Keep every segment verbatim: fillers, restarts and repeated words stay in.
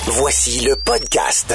Voici le podcast.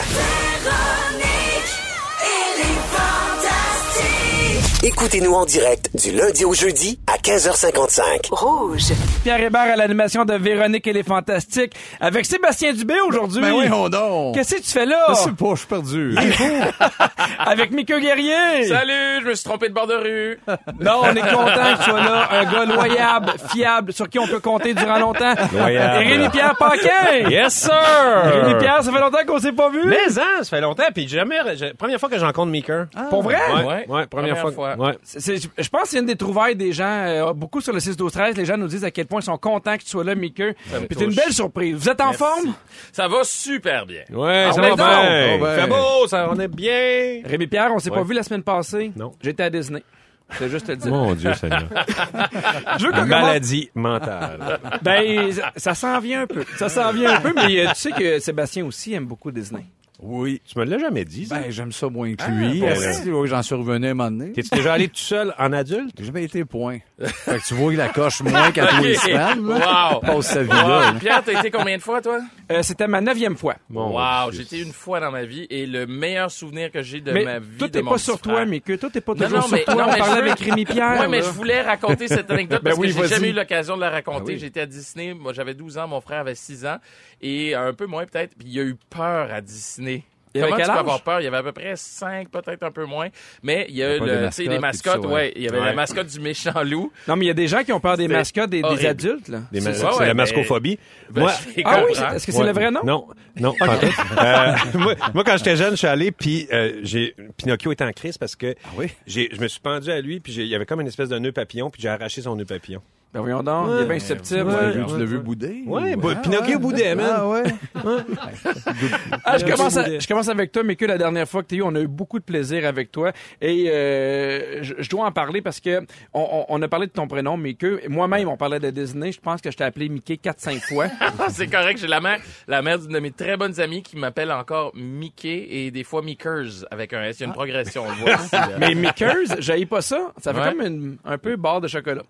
Écoutez-nous en direct du lundi au jeudi à quinze heures cinquante-cinq. Rouge. Pierre Hébert à l'animation de Véronique et les Fantastiques avec Sébastien Dubé aujourd'hui. Ben oui, on donc. Qu'est-ce que tu fais là? Je sais pas, je suis perdu. Avec Mika Guerrier. Salut, je me suis trompé de bord de rue. Non, on est content que tu sois là. Un gars loyable, fiable, sur qui on peut compter durant longtemps. Loyable. Et Rémi-Pierre Paquin. Yes, sir! Rémi-Pierre, ça fait longtemps qu'on s'est pas vu. Mais hein, ça fait longtemps, puis jamais... j'ai- Première fois que je rencontre Meeker. Pour vrai? Ouais, Ouais. ouais, première, Première fois. fois. Ouais. C'est- c'est- je pense que c'est une des trouvailles des gens. Euh, beaucoup sur le six douze treize, les gens nous disent à quel point ils sont contents que tu sois là, Mika. Puis c'est une belle surprise. Vous êtes en Merci. forme? Ça va super bien. Ouais, Ah, ça ouais, va donc. bien. Oh, ben. Fait beau, ça, on est bien. Rémi-Pierre, on s'est Ouais. pas vu la semaine passée. Non. J'étais à Disney. C'est juste te le dire. Mon Dieu, Seigneur. Je veux qu'on commence- Maladie mentale. Ben, ça, ça s'en vient un peu. Ça s'en vient un peu, mais euh, tu sais que Sébastien aussi aime beaucoup Disney. Oui. Tu me l'as jamais dit, ça? Ben, j'aime ça moins que lui. pour Asti, oui, j'en suis revenu un moment donné. T'es-tu déjà allé tout seul en adulte? J'ai jamais été point. Fait que tu vois qu'il la coche moins qu'à tous les semaines. là. Wow. Passe sa vie là. Wow. là. Pierre, t'as été combien de fois, toi? Euh, C'était ma neuvième fois. Mon Wow, Dieu. j'ai été une fois dans ma vie et le meilleur souvenir que j'ai de mais ma vie. tout de n'est mon pas petit sur toi, frère. mais que tout n'est pas Non, toujours non, sur mais, toi. non, On mais parlait je veux- avec Rémi-Pierre. Ouais, mais là. je voulais raconter cette anecdote Ben parce oui, que j'ai vas-y. jamais eu l'occasion de la raconter. Ben oui. J'étais à Disney, moi j'avais douze ans, mon frère avait six ans et un peu moins peut-être, puis il a eu peur à Disney. Il avait Comment quel tu peux âge? avoir peur? Il y avait à peu près cinq, peut-être un peu moins. Mais il y a pas le, des tu sais, les mascottes et mascottes, tout ça, ouais. ouais. Il y avait la Ouais. mascotte du méchant loup. Non, mais il y a des gens qui ont peur des C'était mascottes des, des horrible. adultes. Là. Des ma- C'est C'est ça, ouais, la mais- mascophobie. Ben, Moi, je les Ah oui, comprends. c'est- est-ce que c'est Ouais. le vrai nom? Non, non, pas en tout. Euh, moi, moi, quand j'étais jeune, je suis allé, puis euh, j'ai Pinocchio était en crise parce que oui? j'ai, je me suis pendu à lui, puis j'ai- il y avait comme une espèce de nœud papillon, puis j'ai arraché son nœud papillon. Ben voyons donc, il est bien susceptible. Tu l'as Ouais. vu, tu l'as vu bouder? Ouais, ou- bah, Pinocchio boudait, man. Ah ouais? Ah, je, Merci, commence à- Boudet. je commence avec toi, mais que la dernière fois que tu es eu, on a eu beaucoup de plaisir avec toi. Et euh, je, je dois en parler parce que on, on- on a parlé de ton prénom, Mickey. Moi-même, on parlait de Disney. Je pense que je t'ai appelé Mickey quatre cinq fois. C'est correct, j'ai la mère, la mère d'une de mes très bonnes amies qui m'appelle encore Mickey et des fois Mickers avec un S. Il y a une progression, on le voit ici, là. Mais Mickers, j'haïs pas ça. Ça fait Ouais. comme une- un peu barre de chocolat.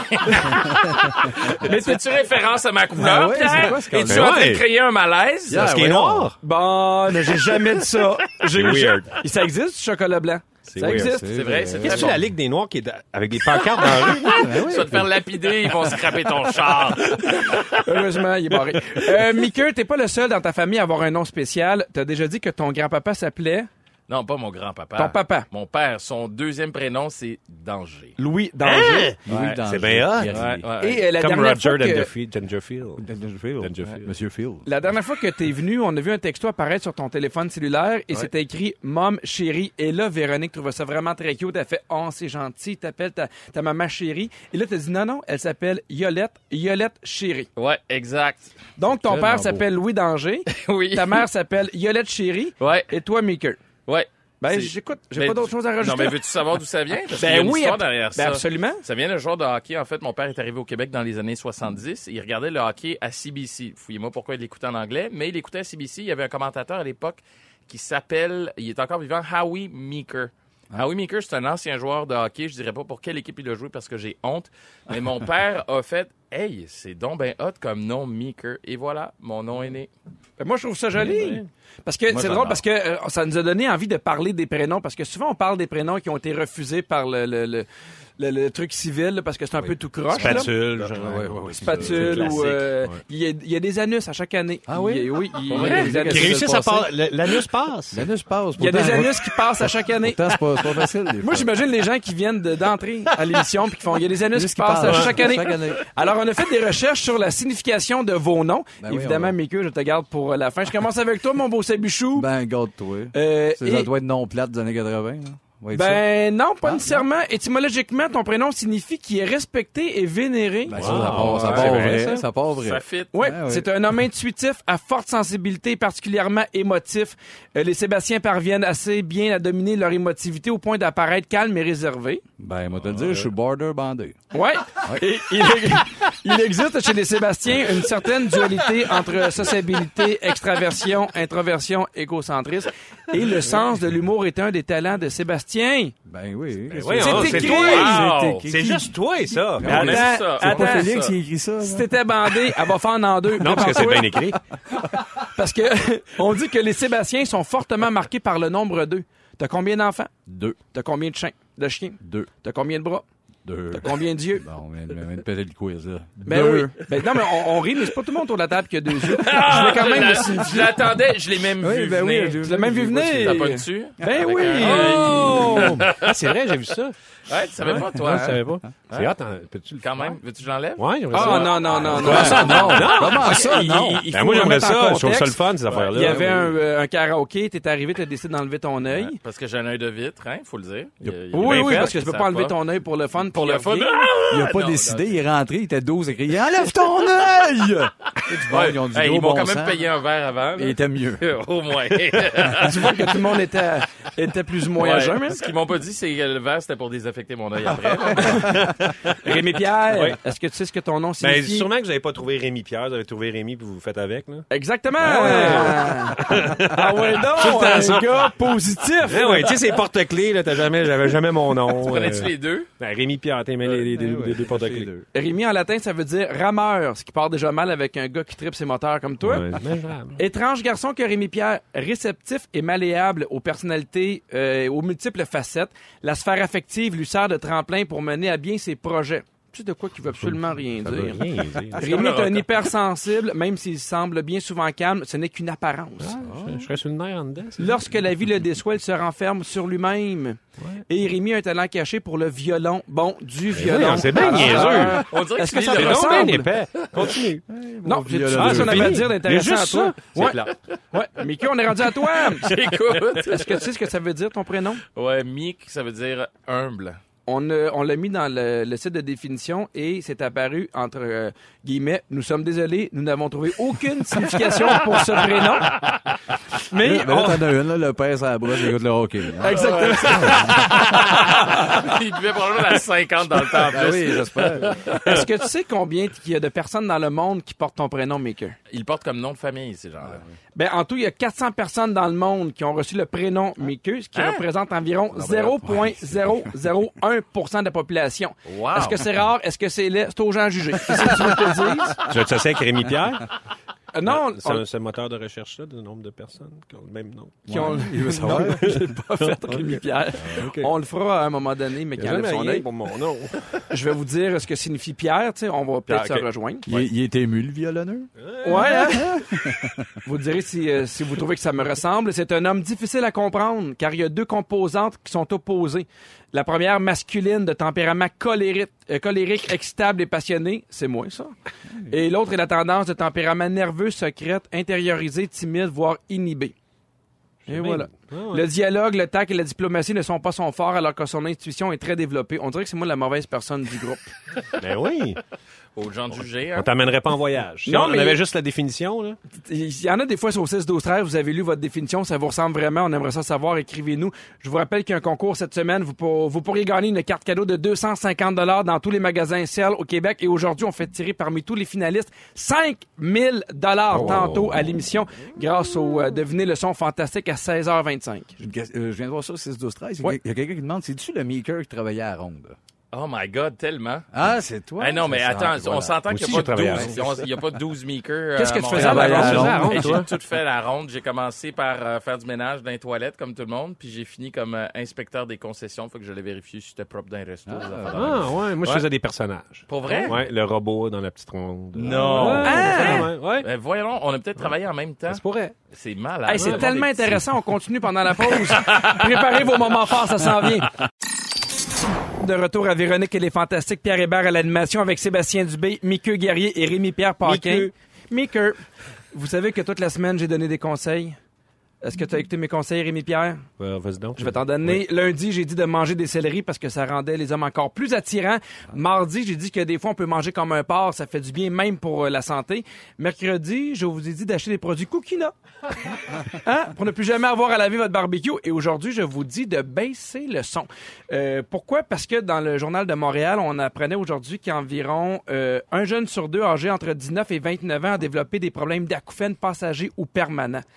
Mais fais-tu référence à ma couleur, Ah ouais, Pierre? c'est quoi ce Es-tu Ben en train ouais. de créer un malaise? Yeah. Parce qu'il est ouais, noir. Bon, mais j'ai jamais dit ça. J'ai C'est weird. Ça existe, du chocolat blanc? C'est Ça weird. existe. C'est vrai, c'est Qu'est-ce très que bon. c'est la Ligue des Noirs qui est da- avec des pancartes dans la rue? Tu vas te faire lapider, ils vont scraper ton char. Heureusement, il est barré. Euh, Mickey, t'es pas le seul dans ta famille à avoir un nom spécial. T'as déjà dit que ton grand-papa s'appelait Non, pas mon grand-papa. ton papa. Mon père, son deuxième prénom, c'est Danger. Louis Danger. Louis Ouais, Danger. c'est bien hot. Il a dit- Ouais, ouais. Et euh, la Comme dernière Roger fois que... Dangerfield. Dangerfield. Dangerfield. Dangerfield. Monsieur Field. La dernière fois que t'es venu, on a vu un texto apparaître sur ton téléphone cellulaire et c'était écrit « Mom, chérie ». Et là, Véronique trouvait ça vraiment très cute. Elle fait « Oh, c'est gentil, t'appelles ta, ta maman chérie ». Et là, t'as dit « Non, non, elle s'appelle Yolette, Yolette chérie Ouais, exact. ». Donc, ton Tellement père beau. s'appelle Louis Danger, Oui. ta mère s'appelle Yolette chérie Ouais, et toi, Mickey. ouais. Ben, C'est- j'écoute, j'ai Ben, pas d'autre chose à rajouter. Non, mais veux-tu savoir d'où ça vient? Parce qu'il y a Ben une oui, histoire ab- derrière ben ça. absolument. Ça vient d'un joueur de hockey. En fait, mon père est arrivé au Québec dans les années soixante-dix. Il regardait le hockey à C B C. Fouillez-moi pourquoi il l'écoutait en anglais. Mais il écoutait à C B C. Il y avait un commentateur à l'époque qui s'appelle, il est encore vivant, Howie Meeker. Howie Meeker, c'est un ancien joueur de hockey. Je dirais pas pour quelle équipe il a joué parce que j'ai honte. Mais mon père a fait, hey, c'est donc ben hot comme nom Meeker. Et voilà, mon nom est né. Ben, moi, je trouve ça joli. Parce que Moi, c'est j'adore. drôle parce que euh, ça nous a donné envie de parler des prénoms parce que souvent on parle des prénoms qui ont été refusés par le, le, le, le- le truc civil là, parce que c'est un peu tout croche. là. Spatule. genre. Ouais, ouais, ouais. Spatule C'est ou euh, classique, il y, a, il y a des anus à chaque année. Ah oui? Il y a- oui, il y a vrai? des anus. Qui réussissent à passer. part... le- L'anus passe. L'anus passe. Il y a des pourtant. anus qui passent à chaque année. Pourtant, c'est pas, c'est pas facile. des Moi, fois. j'imagine les gens qui viennent de- d'entrer à l'émission puis qui font il y a des anus Anus qui passent à passent, chaque ouais, année. chaque année. Alors, on a fait des recherches sur la signification de vos noms. Ben oui, Évidemment, on va. Mickey, je te garde pour euh, la fin. Je commence avec toi, mon beau Sabichou. Ben, garde-toi. Euh, C'est- et- Ça doit être non plate des années quatre-vingts. Là. Va être ça. Ben non, pas Ah, nécessairement. Étymologiquement, ton prénom signifie qui est respecté et vénéré. Ben, ça, ça part, ça ouais, part c'est vrai. vrai, Ça, ça. part vrai. Ça fit. Ouais, Ah, ouais. c'est un homme intuitif, à forte sensibilité, particulièrement émotif. Euh, les Sébastiens parviennent assez bien à dominer leur émotivité au point d'apparaître calme et réservé. Ben, moi, te le dire, je suis border bandé. Ouais. Et il, il existe chez les Sébastiens une certaine dualité entre sociabilité, extraversion, introversion, égocentrisme. Et le sens de l'humour est un des talents de Sébastien Sébastien. Ben oui. Ben voyons, C'est c'est écrit. toi. Wow. C'est juste toi, ça. On aime Attends, ça. C'est pas attends, Félix ça. qui a écrit ça. Si là? t'étais bandé, elle va fendre en deux. Non, parce que c'est bien écrit. Parce que on dit que les Sébastiens sont fortement marqués par le nombre deux. T'as combien d'enfants? Deux. T'as combien de chiens? De chiens? Deux. T'as combien de bras? Deux. T'as combien d'yeux? Bon, mais mais peut-être le quiz, là. Ben Deux. oui. Ben non, mais on, on rit, mais c'est pas tout le monde autour de la table qui a deux yeux. Ah, je vais quand je même l'a- le je signifier. l'attendais, je l'ai même Oui, vu ben oui, venir. je l'ai même vu venir. T'as pas dessus? Ben Avec oui. un- Oh! Ah, c'est vrai, j'ai vu ça. Ouais, tu savais pas, toi, Non, je hein? savais pas. C'est hot, hein, peux-tu le Quand faire? même. Veux-tu que je l'enlève? Ouais, j'aimerais Ah ça. non, non, non, non. Comment ça, non? Non. Comment ça, Il- non? il- il Ben, faut moi, j'aimerais remettre en ça. Je trouve ça le contexte. fun, ces affaires-là. Il y avait Oui. un, euh, un karaoké, t'es arrivé, t'as décidé d'enlever ton œil. Ouais, parce que j'ai un œil de vitre, hein, faut le dire. Il y a- il y a Oui, bien oui, fait, parce que tu peux ça pas enlever pas. ton œil pour le fun. Pour puis le il fun. revient. Il a pas non, décidé, non. il est rentré, il était douze, il a crié « Enlève ton œil! » Bon, Ouais. ils ont dit Hey, oh, ils m'ont bon quand même sang. payé un verre avant. là. Il était mieux. Au moins. Tu vois que tout le monde était, était plus ou moins à Ouais. jeun, mais. Ce qu'ils m'ont pas dit, c'est que le verre, c'était pour désaffecter mon œil après. là. Rémi Pierre, Oui. est-ce que tu sais ce que ton nom Ben, signifie? sûrement que vous n'avez pas trouvé Rémi Pierre, vous avez trouvé Rémi puis vous vous faites avec, là. Exactement! Ah ouais, Tout donc, le temps un ça. gars positif! Eh ouais, tu sais, c'est porte-clés, là, t'as jamais, j'avais jamais mon nom. Prenais-tu euh, les deux? Ben, Rémi Pierre, t'as aimé les, les, les, Ouais, les deux les porte-clés. deux. Rémi, en latin, ça veut dire rameur, ce qui part déjà mal avec un gars qui tripe ses moteurs comme toi. Ouais, mais j'aime. Étrange garçon que Rémi Pierre, réceptif et malléable aux personnalités, euh, aux multiples facettes, la sphère affective lui sert de tremplin pour mener à bien ses projets. Tu sais de quoi qui veut absolument rien Ça veut dire. rien dire. Rémi est un hypersensible, même s'il semble bien souvent calme, ce n'est qu'une apparence. Je, je serais sur le nerf en dedans. c'est- Lorsque la vie le déçoit, il se renferme sur lui-même. Et Rémi a un talent caché pour le violon. Bon, du violon. voyons, c'est bien Alors, niaiseux. On dirait Est-ce que que tu ça lis te le C'est nom. ressemble? donc bien épais. Continue. Non, j'ai violon. ah, ça, on avait à dire Il y a d'intéressant à juste toi. ça. Ouais, plate. ouais. Mickey, on est rendu à toi. Écoute. Est-ce que tu sais ce que ça veut dire, ton prénom? Ouais, Mick, ça veut dire humble. On, euh, on l'a mis dans le, le site de définition et c'est apparu entre euh, guillemets. Nous sommes désolés, nous n'avons trouvé aucune signification pour ce prénom. Mais, Là, ben là, on- t'en as une, là, le père sur la brosse, il écoute le hockey. hein. exactement. Il buvait probablement la cinquante dans le temps en Ben plus. oui, j'espère. Est-ce que tu sais combien il y a de personnes dans le monde qui portent ton prénom, Maker? Il porte comme nom de famille, ces gens-là. Ben, en tout, il y a quatre cents personnes dans le monde qui ont reçu le prénom Mickey, ce qui Hein? représente environ zéro virgule zéro zéro un pour cent de la population. Wow. Est-ce que c'est rare? Est-ce que c'est laid? C'est aux gens à juger. C'est ça que tu veux que je te dise? Tu veux te avec Rémi Pierre? Euh, non, C'est on- un- ce moteur de recherche-là, du nombre de personnes qui ont le même nom. qui ont... Il veut savoir. Non, j'ai pas fait Rémi Pierre. OK. On le fera à un moment donné, mais Il qui y a enlève jamais son rien œil. pour mon nom. Je vais vous dire ce que signifie Pierre, tu sais, on va peut-être Pierre, se ok. rejoindre. Il, est- il est ému, le violonneux. Ouais, hein? Vous direz si, euh, si vous trouvez que ça me ressemble. C'est un homme difficile à comprendre, car il y a deux composantes qui sont opposées. La première, masculine, de tempérament colérique, euh, colérique, excitable et passionné. C'est moi, ça. Et l'autre est la tendance de tempérament nerveux, secrète, intériorisé, timide, voire inhibé. Et voilà. Ah ouais. Le dialogue, le tact et la diplomatie ne sont pas son fort, alors que son intuition est très développée. On dirait que c'est moi la mauvaise personne du groupe. Ben oui. Aux gens de juger, On hein. t'amènerait pas en voyage. Si Non, on mais- avait juste la définition, là. Il y en a des fois sur le six douze treize, vous avez lu votre définition, ça vous ressemble vraiment, on aimerait ça savoir, écrivez-nous. Je vous rappelle qu'il y a un concours cette semaine, vous, pour- vous pourriez gagner une carte cadeau de deux cent cinquante dollars dans tous les magasins Ciel au Québec et aujourd'hui, on fait tirer parmi tous les finalistes cinq mille dollars tantôt à l'émission grâce au euh, Devinez le son fantastique à seize heures vingt-cinq. J'ai une ques- euh, je viens de voir ça au six douze treize. Ouais. Il y a quelqu'un qui demande, c'est-tu le maker qui travaillait à Ronde? Oh my God, tellement. Ah, c'est toi? Ah non, mais Ça, attends, voilà. on s'entend Moi qu'il aussi, n'y a, j'ai pas travaillé à douze- on- il y a pas douze makers. Qu'est-ce à que tu Montréal. faisais à la ronde? À la ronde, Et toi? J'ai tout fait à la ronde. J'ai commencé par euh, faire du ménage dans les toilettes, comme tout le monde, puis j'ai fini comme euh, inspecteur des concessions. Faut que je l'ai vérifié si c'était propre dans les restos. des affaires de même. Ah, ouais. Moi, je Ouais. faisais des personnages. Pour vrai? Ouais, le robot dans la petite ronde. Non. Ouais, Ah! ouais, ouais. Ben, voyons, on a peut-être travaillé en même temps. Ça se pourrait. C'est malade. Hey, c'est Ouais. tellement intéressant, on continue pendant la pause. Préparez vos moments forts, ça s'en vient. De retour à Véronique et les Fantastiques, Pierre Hébert à l'animation avec Sébastien Dubé, Mickey Guerrier et Rémi-Pierre Paquin. Mickey. Mickey, vous savez que toute la semaine, j'ai donné des conseils. Est-ce que tu as écouté mes conseils, Rémi-Pierre? Ouais, vas-y donc. Je vais t'en donner. Lundi, j'ai dit de manger des céleris parce que ça rendait les hommes encore plus attirants. Mardi, j'ai dit que des fois, on peut manger comme un porc. Ça fait du bien même pour euh, la santé. Mercredi, je vous ai dit d'acheter des produits Cookina. Hein? Pour ne plus jamais avoir à laver votre barbecue. Et aujourd'hui, je vous dis de baisser le son. Euh, pourquoi? Parce que dans le Journal de Montréal, on apprenait aujourd'hui qu'environ euh, un jeune sur deux âgé entre dix-neuf et vingt-neuf ans a développé des problèmes d'acouphènes passagers ou permanents.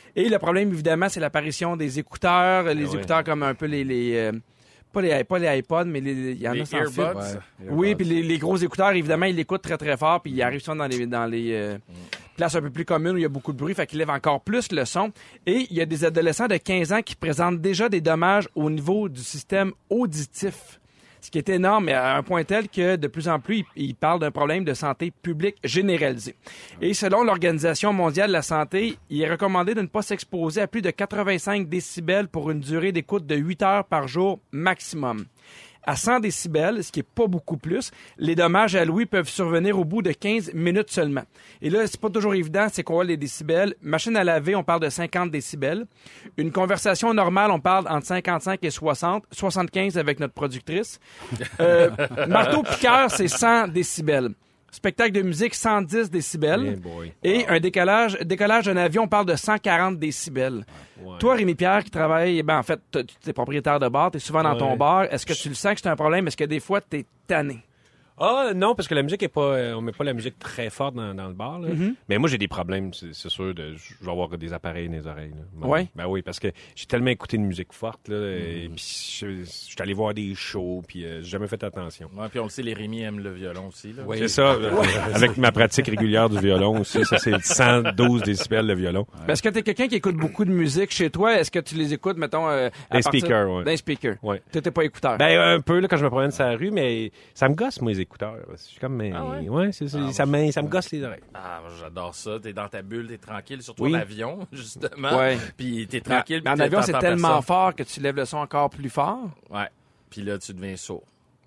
Et le problème, évidemment, c'est l'apparition des écouteurs, les ouais. écouteurs comme un peu les... les euh, pas les, pas les iPods, mais les, il y en Les a sans earbuds. fil. Ouais, Oui, puis les, les gros écouteurs, évidemment, ils l'écoutent très, très fort, puis ils arrivent souvent dans les, dans les euh, places un peu plus communes où il y a beaucoup de bruit, fait qu'ils lèvent encore plus le son. Et il y a des adolescents de quinze ans qui présentent déjà des dommages au niveau du système auditif. Ce qui est énorme, mais à un point tel que de plus en plus, ils, ils parlent d'un problème de santé publique généralisé. Et selon l'Organisation mondiale de la santé, il est recommandé de ne pas s'exposer à plus de quatre-vingt-cinq décibels pour une durée d'écoute de huit heures par jour maximum. À cent décibels, ce qui est pas beaucoup plus, les dommages à l'ouïe peuvent survenir au bout de quinze minutes seulement. Et là, c'est pas toujours évident, c'est quoi les décibels. Machine à laver, on parle de cinquante décibels. Une conversation normale, on parle entre cinquante-cinq et soixante, soixante-quinze avec notre productrice. Euh, marteau piqueur, c'est cent décibels. Spectacle de musique, cent dix décibels. Yeah, boy. Et un décollage, décollage d'un avion, on parle de cent quarante décibels. Ouais. Toi, Rémi-Pierre, qui travaille, ben, en fait, tu es propriétaire de bar, tu es souvent dans ton Ouais. bar. Est-ce que tu le sens que c'est un problème? Est-ce que des fois, tu es tanné? Ah non, parce que la musique est pas, euh, on met pas la musique très forte dans, dans le bar. Là. Mm-hmm. Mais moi j'ai des problèmes, c'est, c'est sûr. De, je vais avoir des appareils dans les oreilles. Là. Ben, Ouais. Ben oui, parce que j'ai tellement écouté de musique forte là, Mm-hmm. et puis je, je suis allé voir des shows, puis euh, j'ai jamais fait attention. Ouais, puis on le sait, les Rémi aiment le violon aussi. Là. Oui. C'est ça. euh, avec ma pratique régulière du violon aussi, ça c'est cent douze décibels le violon. Ben, est-ce que tu es quelqu'un qui écoute beaucoup de musique chez toi? Est-ce que tu les écoutes, mettons, euh, à Des partir- speakers, ouais. D'un speaker. Ouais. Tu n'es pas écouteur. Ben un peu là quand je me promène sur la rue, mais ça me gosse moi les écouteurs. Je suis comme mais, Ah ouais? ouais, c'est, c'est- ça, me, ça me gosse les oreilles. Ah, moi, j'adore ça. T'es dans ta bulle, t'es tranquille, surtout Oui. en avion, justement. Ouais. Puis t'es Mais- tranquille. mais en puis avion, c'est t'entends tellement personne. fort que tu lèves le son encore plus fort. Ouais. Puis là, tu deviens sourd.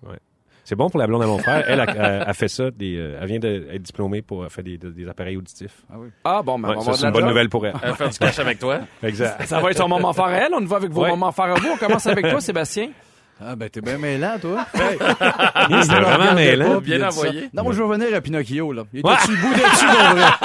C'est bon pour la blonde à mon frère. Elle a, a- a fait ça. Des, euh, elle vient d'être diplômée pour faire des, des appareils auditifs. Ah bon, ben, Ouais, on va ça, avoir de c'est la une bonne job. nouvelle pour elle. Elle va faire du cash avec toi. Exact. Ça va être son moment fort à elle. On y va avec vos Ouais. moments forts à vous. On commence avec toi, Sébastien. Ah, ben, t'es bien mêlant, toi. C'était Je me vraiment regardais mêlant. pas, puis Bien il a dit ça. envoyé. Non, moi, je veux revenir à Pinocchio, là. Il Ouais. était-tu bout dessus, mon vrai?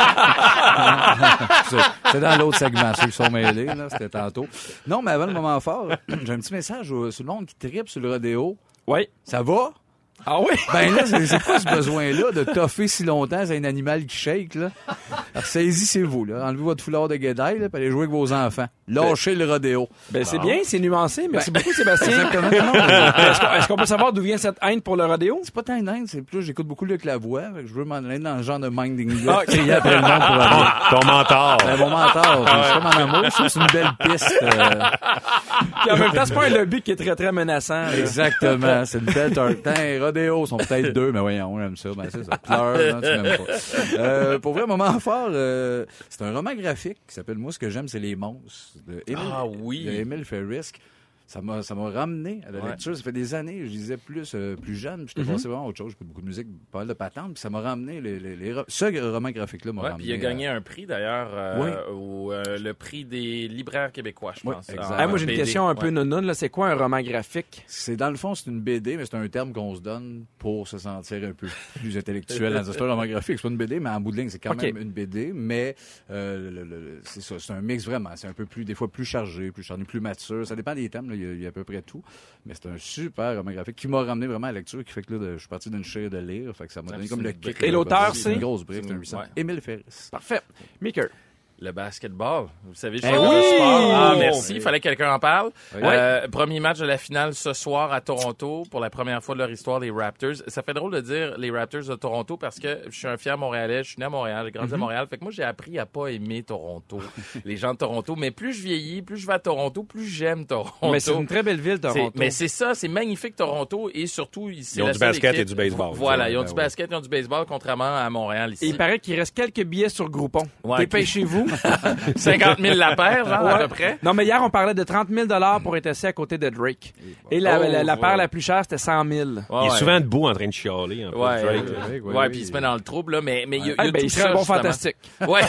C'est- C'est dans l'autre segment, ceux qui sont mêlés, là. C'était tantôt. Non, mais avant le moment fort, j'ai un petit message au- sur le monde qui tripe sur le rodéo. Oui. Ça va? Ah oui? Ben là, c'est c'est quoi ce besoin-là de toffer si longtemps c'est un animal qui shake, là? Alors, saisissez-vous, là. Enlevez votre foulard de guédaille, là, puis allez jouer avec vos enfants. Lâchez le rodéo. Ben, c'est bien, c'est nuancé. Merci beaucoup, Sébastien. Exactement. Non, Est-ce qu'on, est-ce qu'on peut savoir d'où vient cette haine pour le rodéo? c'est pas tant une haine, c'est plus, j'écoute beaucoup Luc Lavoie, fait que je veux m'en aller dans le genre de minding Ah, là, crier après le monde pour aller. Ton mentor. Ben, mon mentor, je suis comme en amour, je trouve que c'est une belle piste. euh, Puis en même temps, c'est pas un lobby qui est très, très menaçant. là. exactement, c'est une belle Putain, rodéo, sont peut-être deux, mais voyons, on aime ça, ben c'est ça. Pleure, non, tu m'aimes pas. Euh, pour vrai, moment fort, euh, c'est un roman graphique qui s'appelle Moi, ce que j'aime, c'est les monstres, de Émile, Ah oui. de Émile Ferris. Ça m'a, ça m'a ramené à la Ouais. lecture. Ça fait des années, je lisais plus, euh, plus jeune, puis j'étais passé vraiment à autre chose. J'écoute beaucoup de musique, pas mal de patentes, puis ça m'a ramené, les, les, les ro- ce roman graphique-là m'a Ouais, ramené. puis il a gagné un prix d'ailleurs, euh, Oui. au, euh, le prix des libraires québécois, je Oui, pense. exact. en Ah, moi, j'ai une B D. question un peu Ouais. nounoune. Là. C'est quoi un roman graphique? C'est dans le fond, c'est une B D, mais c'est un terme qu'on se donne pour se sentir un peu plus intellectuel. dans C'est un roman graphique, c'est pas une B D, mais en bout de ligne, c'est quand Ok. même une B D. Mais euh, le- le- le- c'est ça, c'est un mix vraiment. C'est un peu plus, des fois, plus chargé, plus chargé, plus mature. Ça dépend des thèmes. là, Il y, a- il y a à peu près tout. Mais c'est un super roman graphique qui m'a ramené vraiment à la lecture, qui fait que là, de- je suis parti d'une chire de lire, fait que ça m'a donné c'est comme le une kick. brique. Et l'auteur, C'est c'est? une grosse brique, c'est un C'est huit cents. ouais. Émile Ferris. Parfait. Maker. Le basketball. Vous savez, je Eh suis oui! dans le sport. Ah, merci. Il fallait que quelqu'un en parle. Oui. Euh, premier match de la finale ce soir à Toronto pour la première fois de leur histoire, les Raptors. Ça fait drôle de dire les Raptors de Toronto parce que je suis un fier Montréalais. Je suis né à Montréal. J'ai grandi à Montréal. Fait que moi, j'ai appris à pas aimer Toronto. Les gens de Toronto. Mais plus je vieillis, plus je vais à Toronto, plus j'aime Toronto. Mais c'est une très belle ville, C'est- Toronto. mais c'est ça, c'est magnifique Toronto et surtout c'est Ils ont la du seule basket équipe- et du baseball. Voilà, ils ont Ben du oui. basket, ils ont du baseball contrairement à Montréal ici. Et il paraît qu'il reste quelques billets sur Groupon. Ouais, Dépêchez-vous. cinquante mille la paire, genre, à Ouais. peu près. Non, mais hier, on parlait de trente mille pour être assis à côté de Drake. Et la, Oh, la, la paire ouais. la plus chère, c'était cent mille. Ouais, Il est ouais. souvent debout en train de chialer. En plus, Ouais, Drake. euh, Drake, ouais, ouais, oui. puis il se met dans le trouble, là, mais, mais il y a, il y Ah, a ben, tout il serait ça, un bon justement. fantastique. Ouais.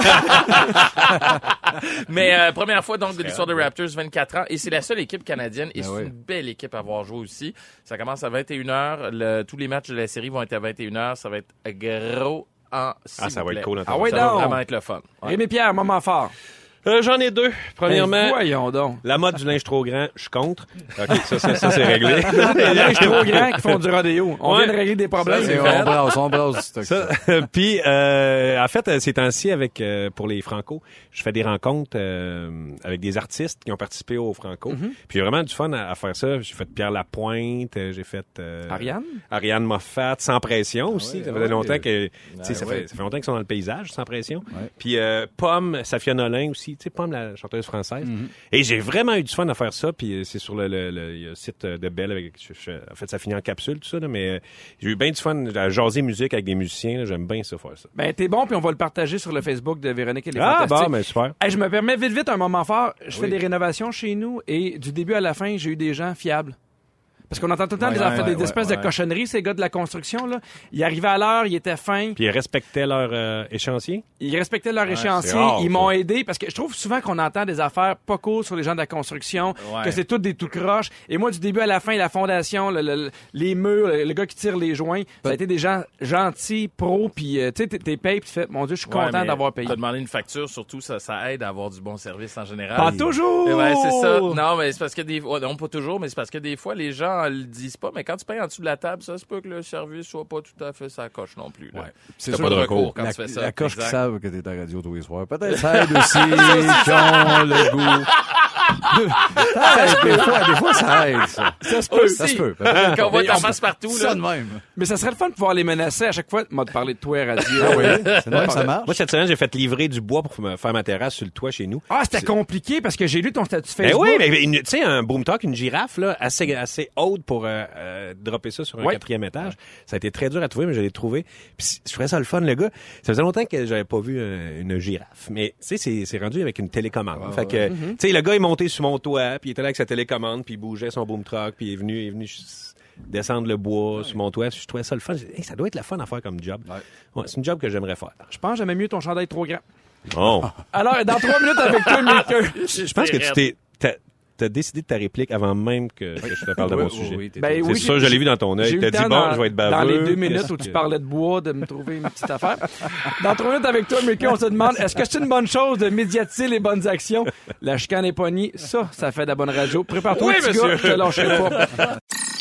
Mais euh, première fois donc de l'histoire des Raptors, vingt-quatre ans, et c'est la seule équipe canadienne, et Ben c'est ouais. une belle équipe à avoir joué aussi. Ça commence à vingt et une heures, le, tous les matchs de la série vont être à vingt et une heures, ça va être gros en s'il Ah, ça vous va plaît. être cool. Ah ouais, Ça va donc. vraiment être le fun. Ouais. Rémi Pierre, moment fort. Euh, j'en ai deux. Premièrement, Ben, voyons donc. la mode du linge trop grand, je suis contre. OK, ça, ça, ça c'est réglé. Les linges trop grands qui font du rodéo. On Ouais. vient de régler des problèmes. Et on brasse, on brasse. c'est Ça, puis, euh, en fait, ces temps-ci, avec euh, pour les Franco, je fais des rencontres euh, avec des artistes qui ont participé au Franco. Mm-hmm. Puis j'ai vraiment du fun à, à faire ça. J'ai fait Pierre Lapointe, euh, j'ai fait euh, Ariane? Ariane Moffat, Sans pression aussi. ouais, ça faisait ouais. longtemps que, tu sais, Ouais, ça, ouais. fait, ça fait longtemps qu'ils sont dans le paysage, Sans pression. Ouais. Puis euh, Pomme, Safia Nolin aussi, tu sais, Pomme, la chanteuse française. Mm-hmm. Et j'ai vraiment eu du fun à faire ça. Puis euh, c'est sur le, le, le, le site de Belle. Avec, je, je, en fait, ça finit en capsule, tout ça. Là, mais euh, j'ai eu bien du fun à jaser musique avec des musiciens. Là, j'aime bien ça, faire ça. Ben, t'es bon, puis on va le partager sur le Facebook de Véronique et les Ah, Fantastiques. bon, mais super. Hey, je me permets vite, vite un moment fort. Je fais Oui. des rénovations chez nous et du début à la fin, j'ai eu des gens fiables. Parce qu'on entend tout le temps Ouais, des, affaires- ouais, des ouais, espèces ouais. de cochonneries, ces gars de la construction, là. Ils arrivaient à l'heure, ils étaient fins, Puis ils respectaient leur euh, échéancier. ils respectaient leur échéancier, c'est rare, ils ça. m'ont aidé. Parce que je trouve souvent qu'on entend des affaires pas cool sur les gens de la construction, Ouais. que c'est tout des tout croches. Et moi, du début à la fin, la fondation, le- le- les murs, le, le gars qui tire les joints, ça a été des gens gentils, pros, puis euh, tu sais, t'es- t'es payé, puis tu fais, mon Dieu, je suis Ouais, content mais d'avoir payé. T'as demandé une facture, surtout, ça, ça aide à avoir du bon service en général. Pas toujours! Et ouais, c'est ça. Non, mais c'est parce que des fois, non, pas toujours, mais c'est parce que des fois, les gens le disent pas, mais quand tu payes en dessous de la table, ça se peut que le service soit pas tout à fait sa coche non plus, là. Ouais. C'est sûr pas de que recours quand la, tu fais ça. La coche qui Exact. savent que t'es à la radio tous les soirs. Peut-être ça aide aussi, qui ont le goût. Peut-être, des fois, des fois, ça aide, ça. Ça se peut. Ça se peut. Quand on voit Mais ta on- face partout, Ça là. de même. Mais ça serait le fun de pouvoir les menacer à chaque fois. Moi, de parler de toi à radio. Oui, c'est de même que ça marche. Moi, cette semaine, j'ai fait livrer du bois pour me faire ma terrasse sur le toit chez nous. Ah, c'était compliqué parce que j'ai lu ton statut Ben Facebook. oui, mais une- tu sais, un boom talk, une girafe, là, assez, assez haute pour euh, euh, dropper ça sur un Ouais. quatrième étage. Ça a été très dur à trouver, mais je l'ai trouvé. Puis je trouvais ça le fun, le gars. Ça faisait longtemps que j'avais pas vu euh, une girafe. Mais, tu sais, c'est, c'est rendu avec une télécommande. fait que, tu sais, le gars est monté sur mon toit, puis il était là avec sa télécommande, puis il bougeait son boom truck, puis il est venu, il est venu ch- descendre le bois sur mon toit. Je trouvais ça le fun. J'ai dit, hey, ça doit être le fun à faire comme job. Ouais. Ouais, c'est une job que j'aimerais faire. Je pense que j'aimais mieux ton chandail trop grand. Bon. Alors, dans trois minutes avec toi, Milker. Je pense que tu t'es, t'as, t'as décidé de ta réplique avant même que, que je te parle de Oui, mon oui, sujet. oui, t'es- Ben C'est oui, ça, j'ai- je l'ai vu dans ton J'ai œil. eu T'as le dit, temps bon, dans, je vais être dans baveux. les deux minutes Qu'est-ce où tu que- parlais de bois, de me trouver une petite affaire. Dans trois minutes avec toi, Milker, on se demande, est-ce que c'est une bonne chose de médiatiser les bonnes actions? La chicane est poignée, ça, ça fait de la bonne radio. Prépare-toi, Oui, petit monsieur. gars, je te lâcherai pas.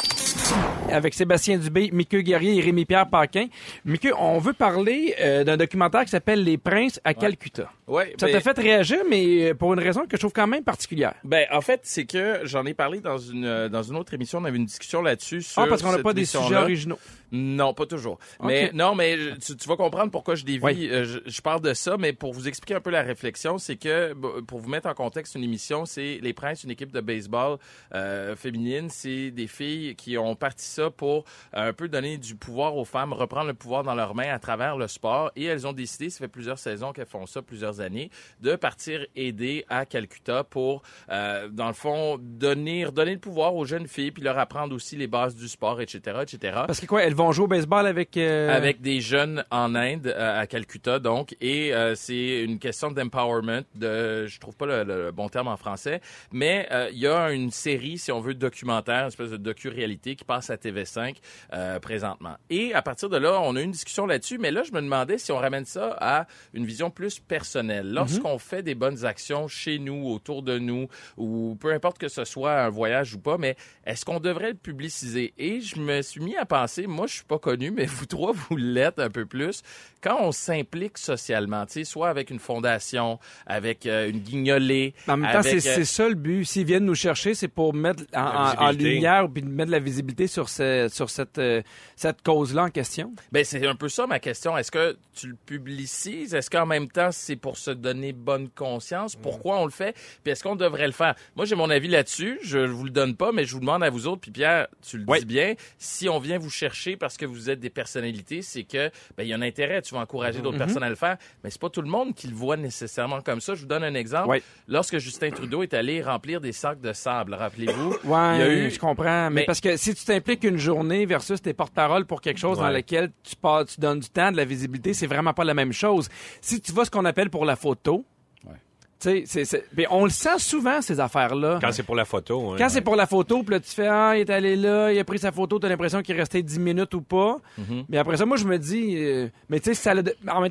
Avec Sébastien Dubé, Mickey Guerrier et Rémi-Pierre Paquin. Mickey, on veut parler euh, d'un documentaire qui s'appelle Les Princes à Calcutta. Ouais, Ça ben- t'a fait réagir, mais pour une raison que je trouve quand même particulière. Ben, en fait, c'est que j'en ai parlé dans une euh, dans une autre émission. On avait une discussion là-dessus sur. Ah, parce qu'on n'a cette pas des sujets émission-là. originaux. Non, pas toujours. Ok. Mais non, mais je- tu, tu vas comprendre pourquoi je dévie. Oui. Euh, je, je parle de ça, mais pour vous expliquer un peu la réflexion, c'est que b- pour vous mettre en contexte une émission, c'est les Princes, une équipe de baseball euh, féminine. C'est des filles qui ont parti ça pour euh, un peu donner du pouvoir aux femmes, reprendre le pouvoir dans leurs mains à travers le sport. Et elles ont décidé, ça fait plusieurs saisons qu'elles font ça, plusieurs années, de partir aider à Calcutta pour, euh, dans le fond, donner, donner le pouvoir aux jeunes filles, puis leur apprendre aussi les bases du sport, et cetera, et cetera. Parce que quoi, elles vont jouer au baseball avec... euh, Avec des jeunes en Inde, euh, à Calcutta, donc. Et euh, c'est une question d'empowerment, de, je trouve pas le, le bon terme en français, mais euh, il y a une série, si on veut, documentaire, une espèce de docu-réalité qui passe à T V cinq euh, présentement. Et à partir de là, on a eu une discussion là-dessus, mais là, je me demandais si on ramène ça à une vision plus personnelle. Lorsqu'on fait des bonnes actions chez nous, autour de nous, ou peu importe que ce soit un voyage ou pas, mais est-ce qu'on devrait le publiciser? Et je me suis mis à penser, moi, je suis pas connu, mais vous trois, vous l'êtes un peu plus. Quand on s'implique socialement, tu sais, soit avec une fondation, avec euh, une guignolée, En même temps, avec, c'est euh, c'est ça le but. S'ils viennent nous chercher, c'est pour mettre en, La en- en visibilité. lumière puis mettre de la visibilité sur, ce- sur cette, euh, cette cause-là en question. Ben, c'est un peu ça ma question. Est-ce que tu le publicises? Est-ce qu'en même temps, c'est pour se donner bonne conscience? Pourquoi on le fait? Puis est-ce qu'on devrait le faire? Moi, j'ai mon avis là-dessus. Je vous le donne pas, mais je vous demande à vous autres. Puis Pierre, tu le Oui. dis bien. Si on vient vous chercher parce que vous êtes des personnalités, c'est que, ben, il y a un intérêt. Tu vas encourager d'autres personnes à le faire. Mais c'est pas tout le monde qui le voit nécessairement comme ça. Je vous donne un exemple. Oui. Lorsque Justin Trudeau est allé remplir des sacs de sable, rappelez-vous. Ouais, il y a eu je comprends. Mais, Mais- parce que si tu t'impliques une journée versus tes porte-parole pour quelque chose dans Ouais. lequel tu, pars, tu donnes du temps, de la visibilité, c'est vraiment pas la même chose. Si tu vas ce qu'on appelle pour la photo, Ouais. tu sais, c'est- c'est- mais on le sent souvent, ces affaires-là. Quand c'est pour la photo, hein. Quand c'est pour la photo, puis là, tu fais « Ah, il est allé là, il a pris sa photo, t'as l'impression qu'il restait dix minutes ou pas. Mhm. Mais après ça, moi, je me dis... euh, mais tu sais, ça l'a de- en même temps,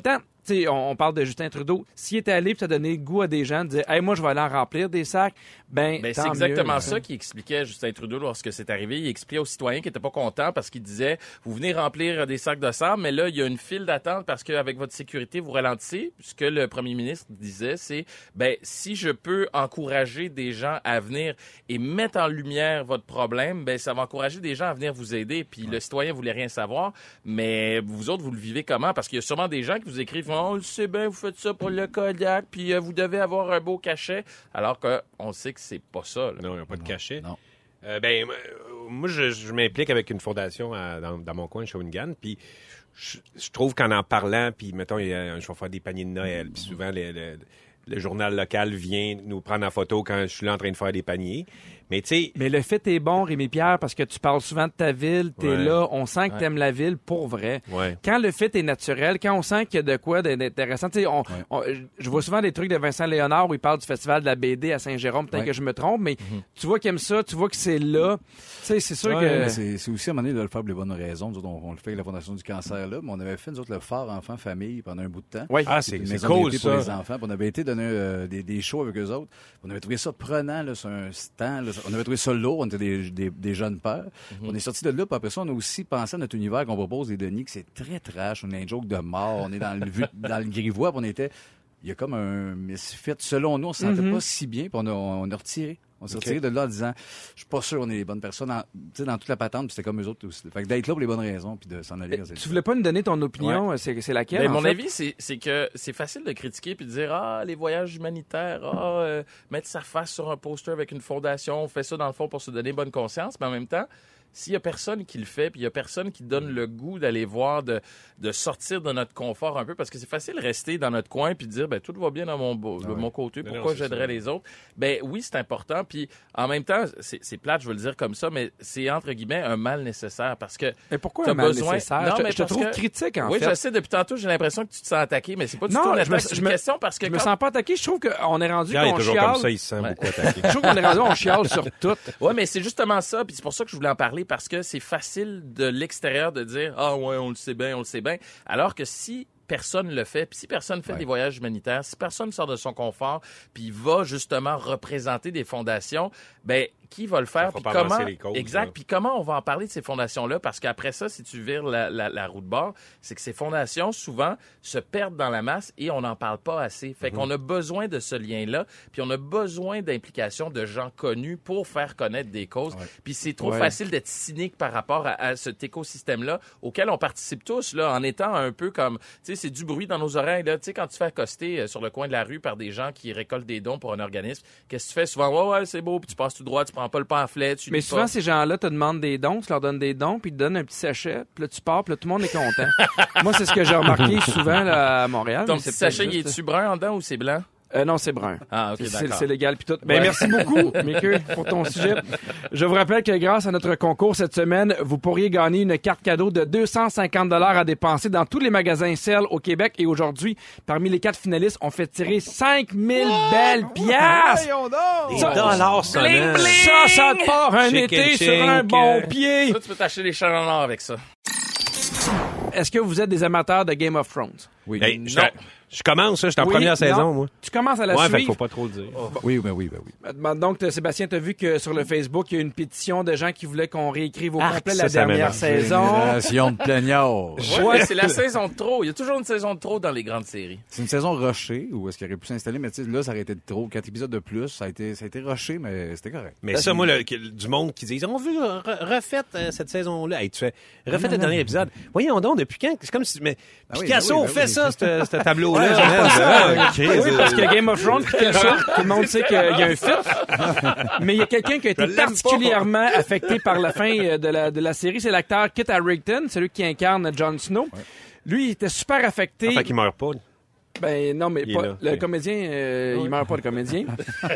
tu sais, on, on parle de Justin Trudeau. S'il était allé puis ça donnait le goût à des gens de dire, hey, moi, je vais aller en remplir des sacs, ben, Ben, tant c'est exactement mieux, ça qu'il expliquait Justin Trudeau lorsque c'est arrivé. Il expliquait aux citoyens qui n'étaient pas contents parce qu'il disait, vous venez remplir des sacs de sable, mais là, il y a une file d'attente parce qu'avec votre sécurité, vous ralentissez. Ce que le premier ministre disait, c'est, ben, si je peux encourager des gens à venir et mettre en lumière votre problème, ben, ça va encourager des gens à venir vous aider. Puis ouais. le citoyen voulait rien savoir, mais vous autres, vous le vivez comment? Parce qu'il y a sûrement des gens qui vous écrivent, oh, on le sait bien, vous faites ça pour le Kodiak, puis euh, vous devez avoir un beau cachet, alors qu'on sait que c'est pas ça. Là. Non, il n'y a pas de cachet. Non. Euh, ben, moi, je, je m'implique avec une fondation à, dans, dans mon coin, de Shawinigan, puis je, je trouve qu'en en parlant, puis mettons, il y a, je vais faire des paniers de Noël, puis souvent, les, les, le journal local vient nous prendre en photo quand je suis là en train de faire des paniers. Mais tu sais... Mais le fait est bon, Rémi-Pierre, parce que tu parles souvent de ta ville, t'es ouais. là, on sent que ouais. t'aimes la ville pour vrai. Ouais. Quand le fait est naturel, quand on sent qu'il y a de quoi d'intéressant, tu sais, on, ouais. on, je vois souvent des trucs de Vincent Léonard où il parle du festival de la B D à Saint-Jérôme, peut-être ouais. que je me trompe, mais mm-hmm. tu vois qu'il aime ça, tu vois que c'est là. Tu sais, c'est sûr ouais, que... C'est, c'est aussi à un moment donné de le faire pour les bonnes raisons. Nous autres, on, on le fait avec la Fondation du cancer, là, mais on avait fait, nous autres, le Phare Enfants-Famille pendant un bout de temps. Oui. Ah, c'est, une c'est maison cool, d'été ça. pour les enfants. Puis on avait été donner euh, des, des shows avec eux autres. On avait trouvé ça prenant, là, sur un stand. Là. On avait trouvé ça lourd. On était des, des, des jeunes pères. Mm-hmm. On est sortis de là. Puis après ça, on a aussi pensé à notre univers qu'on propose des Denis, que c'est très trash. On a un joke de mort. On est dans le, dans le grivois. Puis on était... Il y a comme un misfit. Selon nous, on se sentait Mm-hmm. pas si bien. Puis on a, on a retiré. On s'est Okay. retiré de là en disant, je suis pas sûr qu'on est les bonnes personnes. En, dans toute la patente, puis c'était comme eux autres aussi. Fait que d'être là pour les bonnes raisons, puis de s'en aller. Euh, Tu voulais pas nous donner ton opinion, ouais. c'est, c'est laquelle? Ben, en mon fait? avis, c'est, c'est que c'est facile de critiquer puis de dire, ah, les voyages humanitaires, ah, euh, mettre sa face sur un poster avec une fondation, on fait ça dans le fond pour se donner bonne conscience, mais en même temps, s'il y a personne qui le fait, puis il y a personne qui donne le goût d'aller voir, de, de sortir de notre confort un peu, parce que c'est facile de rester dans notre coin puis de dire, ben tout va bien dans mon, beau, ah de ouais. mon côté, Mais pourquoi non, j'aiderais ça. les autres? Ben oui, c'est important, puis en même temps, c'est, c'est plate, je veux le dire comme ça, mais c'est entre guillemets un mal nécessaire, parce que Mais pourquoi t'as un mal besoin... nécessaire? Non, je te, mais je te parce trouve que- critique, en oui, fait. je sais, depuis tantôt, j'ai l'impression que tu te sens attaqué, mais c'est pas du Non, tout une je me- attaque, c'est je une me- question parce que Je me quand- sens pas attaqué. Je trouve qu'on est rendu Pierre est qu'on toujours chiale. comme ça, il se sent Ouais. beaucoup attaqué. Je trouve qu'on est rendu, on chiale sur tout. Ouais, mais c'est justement ça, puis c'est pour ça que je voulais en parler, parce que c'est facile de l'extérieur de dire « Ah ouais, on le sait bien, on le sait bien », alors que si personne le fait, puis si personne fait Ouais. des voyages humanitaires, si personne sort de son confort, puis va justement représenter des fondations, ben qui va le faire? fera Puis pas comment avancer les causes, exact. là. Puis comment on va en parler de ces fondations-là? Parce qu'après ça, si tu vires la, la, la roue de bord, c'est que ces fondations souvent se perdent dans la masse et on n'en parle pas assez. Fait qu'on a besoin de ce lien-là, puis on a besoin d'implication de gens connus pour faire connaître des causes. Ouais. Puis c'est trop Ouais. facile d'être cynique par rapport à, à cet écosystème-là auquel on participe tous, là, en étant un peu comme, tu sais, c'est du bruit dans nos oreilles, là. Tu sais, quand tu te fais accoster euh, sur le coin de la rue par des gens qui récoltent des dons pour un organisme, qu'est-ce que tu fais? Souvent, ouais, ouais, c'est beau, puis tu passes tout droit, tu prends pas le pamphlet, tu Mais lis souvent, pas. ces gens-là te demandent des dons, tu leur donnes des dons, puis ils te donnent un petit sachet, puis là, tu pars, puis là, tout le monde est content. Moi, c'est ce que j'ai remarqué souvent là, à Montréal. Ton mais petit c'est peut-être sachet, il juste- est-tu brun en dedans ou c'est blanc? Euh, non, c'est brun. Ah, ok, C'est- d'accord. C'est légal puis tout. Ben, Ouais. merci beaucoup, Mickey, pour ton sujet. Je vous rappelle que grâce à notre concours cette semaine, vous pourriez gagner une carte cadeau de deux cent cinquante dollars à dépenser dans tous les magasins Cell au Québec. Et aujourd'hui, parmi les quatre finalistes, on fait tirer cinq mille belles piastres. Des Ça- dollars sonnants. Ça, ça te part un Chicken été sur un chink. bon pied. Ça, tu peux t'acheter des chaînes en or avec ça. Est-ce que vous êtes des amateurs de Game of Thrones? Oui. Hey, je, Non. je commence, là, je suis en Oui, première non. saison, moi. Tu commences à la Ouais, fait qu'il suivre. faut pas trop le dire. Oui, ben oui, ben oui. Donc, t- Sébastien, tu as vu que sur le Facebook, il y a une pétition de gens qui voulaient qu'on réécrive au Arc, complet ça, la ça dernière m'énerve. saison. Génération de plaignards. Ouais, mais c'est la saison de trop. Il y a toujours une saison de trop dans les grandes séries. C'est une saison rushée, où est-ce qu'il aurait pu s'installer, mais tu sais, là, ça aurait été de trop. Quatre épisodes de plus, ça a été, ça a été rushé, mais c'était correct. Mais ça, moi, le- que- du monde qui dit, on veut re- refaites euh, cette saison-là. Hey, tu fais, refaites le dernier épisode. Voyons donc, depuis quand? C'est comme si, mais Ah oui, Picasso ben oui, ben fait oui. ça, ce ce tableau-là. Ouais, man. j'aime pas ça. Ah, ok. Oui, parce que Game of Thrones, puis Picasso, tout le monde sait qu'il y a un fit. Mais il y a quelqu'un qui a été Je l'aime particulièrement affecté par la fin euh, de la, de la série. C'est l'acteur Kit Harington, celui qui incarne Jon Snow. Lui, il était super affecté. Enfin, qu'il meurt pas. Ben non, mais Il est pas, là. le Oui. comédien, euh, il meurt pas, le comédien.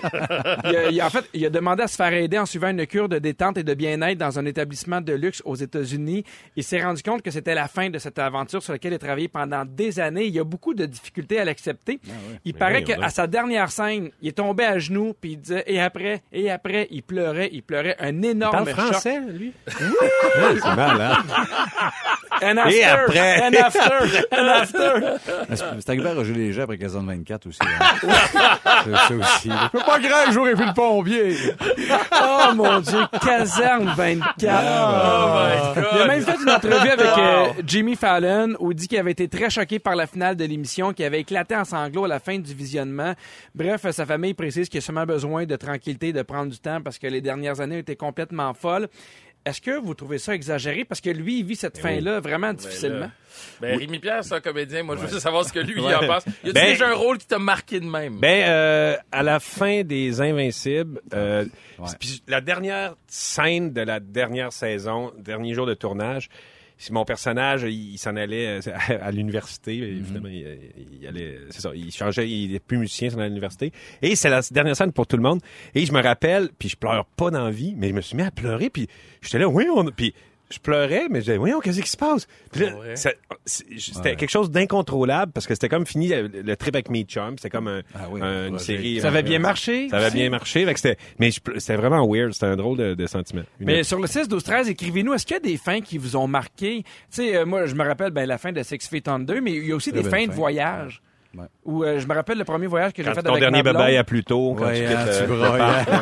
il a, il a- en fait, il a demandé à se faire aider en suivant une cure de détente et de bien-être dans un établissement de luxe aux États-Unis. Il s'est rendu compte que c'était la fin de cette aventure sur laquelle il a travaillé pendant des années. Il y a beaucoup de difficultés à l'accepter. Il Mais paraît voyons qu'à donc. sa dernière scène, il est tombé à genoux puis il disait et après et après, il pleurait, il pleurait un Il énorme parle choc. français, lui? Oui! C'est malade. And after, Et après. And after. And after. C'est c'est arrivé à Roger Léger après Caserne vingt-quatre aussi. Hein. c'est ça aussi. Je peux pas craindre, j'aurais vu le pompier. Oh mon Dieu, Caserne vingt-quatre. Oh my God. Il a même fait une entrevue avec euh, Jimmy Fallon où il dit qu'il avait été très choqué par la finale de l'émission, qu'il avait éclaté en sanglots à la fin du visionnement. Bref, sa famille précise qu'il a seulement besoin de tranquillité, de prendre du temps parce que les dernières années étaient complètement folles. Est-ce que vous trouvez ça exagéré? Parce que lui, il vit cette fin-là vraiment difficilement. Ben, Rémi Pierre, c'est un comédien. Moi, je veux juste savoir ce que lui, il en pense. Y a-tu Ben- déjà un rôle qui t'a marqué de même? Ben, euh, à la fin des Invincibles, euh, Ouais. c'est- puis la dernière scène de la dernière saison, dernier jour de tournage, c'est mon personnage, il, il s'en allait euh, à, à l'université. Évidemment, il, il allait, c'est ça, il changeait, il est plus musicien, il s'en allait à l'université. Et c'est la dernière scène pour tout le monde. Et je me rappelle, puis je pleure pas dans la vie, mais je me suis mis à pleurer, puis j'étais là, oui, on, puis je pleurais, mais je disais, voyons, qu'est-ce qui se passe? Puis là, Pour vrai? ça- c'est- c'était Ouais. quelque chose d'incontrôlable parce que c'était comme fini le, le trip avec mes chums. C'était comme un, Ah oui, un- une Roger. série. Ça euh, avait bien marché? Ça avait aussi? bien marché. Fait que c'était, mais je ple- c'était vraiment weird. C'était un drôle de, de sentiment. Une- Mais sur le six, douze, treize, écrivez-nous, est-ce qu'il y a des fins qui vous ont marqué? Tu sais, euh, moi, je me rappelle ben, la fin de Six Feet Under, mais il y a aussi Très des belle fins de fin. voyage. Ouais. Où, euh, je me rappelle le premier voyage que j'ai quand fait ton avec dernier ma blonde. babaye à plus tôt, quand Ouais, tu hein, quittes tu le- broyes, le hein.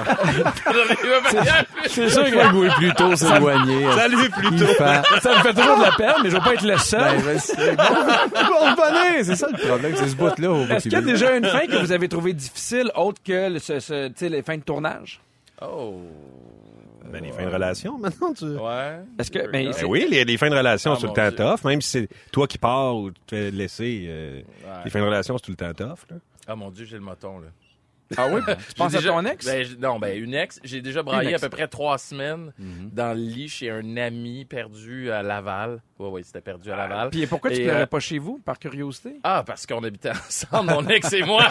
parc. C'est sûr Je que vais jouer plus tôt, s'éloigner. Salut, plus tôt. ça me fait toujours de la peine, mais je veux pas être le seul. Ben, je sais. Bon, bon, revenez, c'est ça le problème, c'est ce bout-là. au bout Est-ce qu'il y a qu'il- déjà une fin que vous avez trouvée difficile, autre que le- ce, ce- tu sais, les fins de tournage? Oh. Ben, les fins de relation, maintenant, tu... Ouais. Est-ce que- ben, Ben c'est- oui, les, les fins de relation, Ah, c'est tout mon le temps Dieu. tough. Même si c'est toi qui pars ou tu te fais laisser, euh, Ouais. les fins de relation, c'est tout le temps tough. Là. Ah, mon Dieu, j'ai le moton, là. Ah oui? Tu penses J'ai à déjà- ton ex? Ben, j- non, ben une ex. J'ai déjà braillé Une ex. à peu près trois semaines dans le lit chez un ami perdu à Laval. Oui, oui, c'était perdu à Laval. Puis pourquoi tu Et, pleurais euh, pas chez vous, par curiosité? Ah, parce qu'on habitait ensemble, mon ex et moi.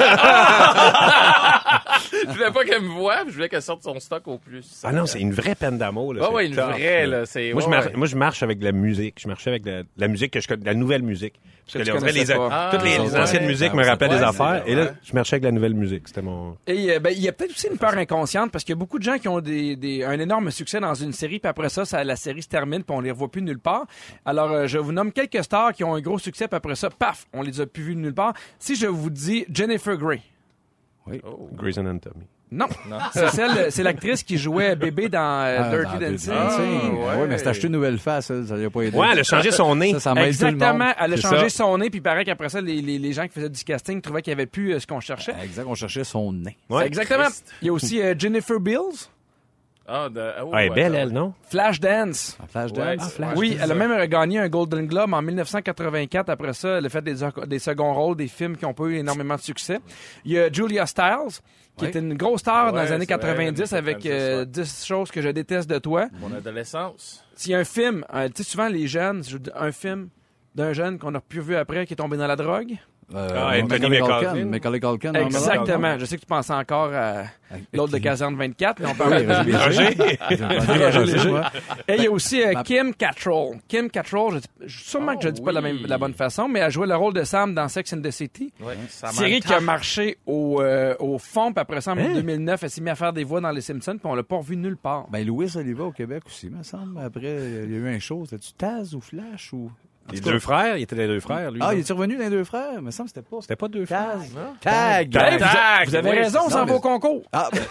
Je voulais pas qu'elle me voie, puis je voulais qu'elle sorte son stock au plus. Ah non, c'est une vraie peine d'amour. Là. Ouais, c'est ouais, une tough, vraie, là. C'est, Moi, je ouais, mar- ouais. moi, je marche avec de la musique. Je marchais avec de la, de la musique que je connais, de la nouvelle musique. Parce Que que tu on dirait connaissais les, pas. Ah, toutes les, les ouais. anciennes musiques Ah, me ouais, rappellent ouais, des c'est affaires. vrai. Et là, je marchais avec de la nouvelle musique. C'était mon... Et euh, ben, il y a peut-être aussi une peur inconsciente parce qu'il y a beaucoup de gens qui ont des, des- un énorme succès dans une série, puis après ça, ça, la série se termine, puis on les revoit plus nulle part. Alors, euh, je vous nomme quelques stars qui ont un gros succès, puis après ça, paf, on les a plus vus nulle part. Si je vous dis Jennifer Grey. Oh. Grey's Anatomy. Non, c'est celle, c'est l'actrice qui jouait bébé dans euh, Ah, Dirty dans Dancing. Dancing. Ah, ouais. ouais. mais c'est acheté une nouvelle face, ça, ça lui a pas aidé. Ouais, elle a changé son nez. Ça, ça m'aide tout le monde. Exactement, elle a C'est changé ça. son nez, puis il paraît qu'après ça, les, les, les gens qui faisaient du casting trouvaient qu'il n'y avait plus euh, ce qu'on cherchait. Exact, on cherchait son nez. Ouais. Exactement. Christ. Il y a aussi euh, Jennifer Beals, Ah, de, ah, oh, Ah, elle est ouais, belle, ouais. elle, non? Flashdance. En flash Ouais, dance. c'est- ouais. Oui, c'est elle a ça. même gagné un Golden Globe en dix-neuf cent quatre-vingt-quatre. Après ça, elle a fait des, des seconds rôles, des films qui ont pas eu énormément de succès. Il y a Julia Stiles, qui Ouais. était une grosse star dans Ouais, les années c'est vrai, quatre-vingt-dix années avec quatre-vingt-dix, euh, ouais. dix choses que je déteste de toi. Mon adolescence. S'il y a un film, euh, tu sais, souvent les jeunes, je- un film d'un jeune qu'on a plus vu après qui est tombé dans la drogue. Euh, Ah, et Macaulay Tony Culkin. McCartney. Macaulay Culkin. non, Exactement. Je sais que tu penses encore à l'autre de Caserne vingt-quatre, mais on Oui, parle de Roger Léger. Roger Léger. Ouais. Et il y a aussi euh, Ma- Kim Cattrall. Kim Cattrall, je, je- sûrement que je ne dis pas de la, même, oui. de la bonne façon, mais elle jouait le rôle de Sam dans Sex and the City. Ouais, ça Série qui a marché au, euh, au fond, puis après ça, en deux mille neuf, elle s'est mise à faire des voix dans Les Simpsons, puis on l'a pas revu nulle part. Ben, Louis Oliva au Québec aussi, me semble. Après, il y a eu un show. C'était-tu Taz ou Flash ou. Les deux frères, il était les deux frères, lui. Ah, non? il est revenu dans les deux frères? Me semble que c'était pas. C'était pas deux frères. Taz. Tag. Hey, vous, a- Tag, vous avez oui, raison, on c'est s'en ça, va au mais- concours. Ah, ben,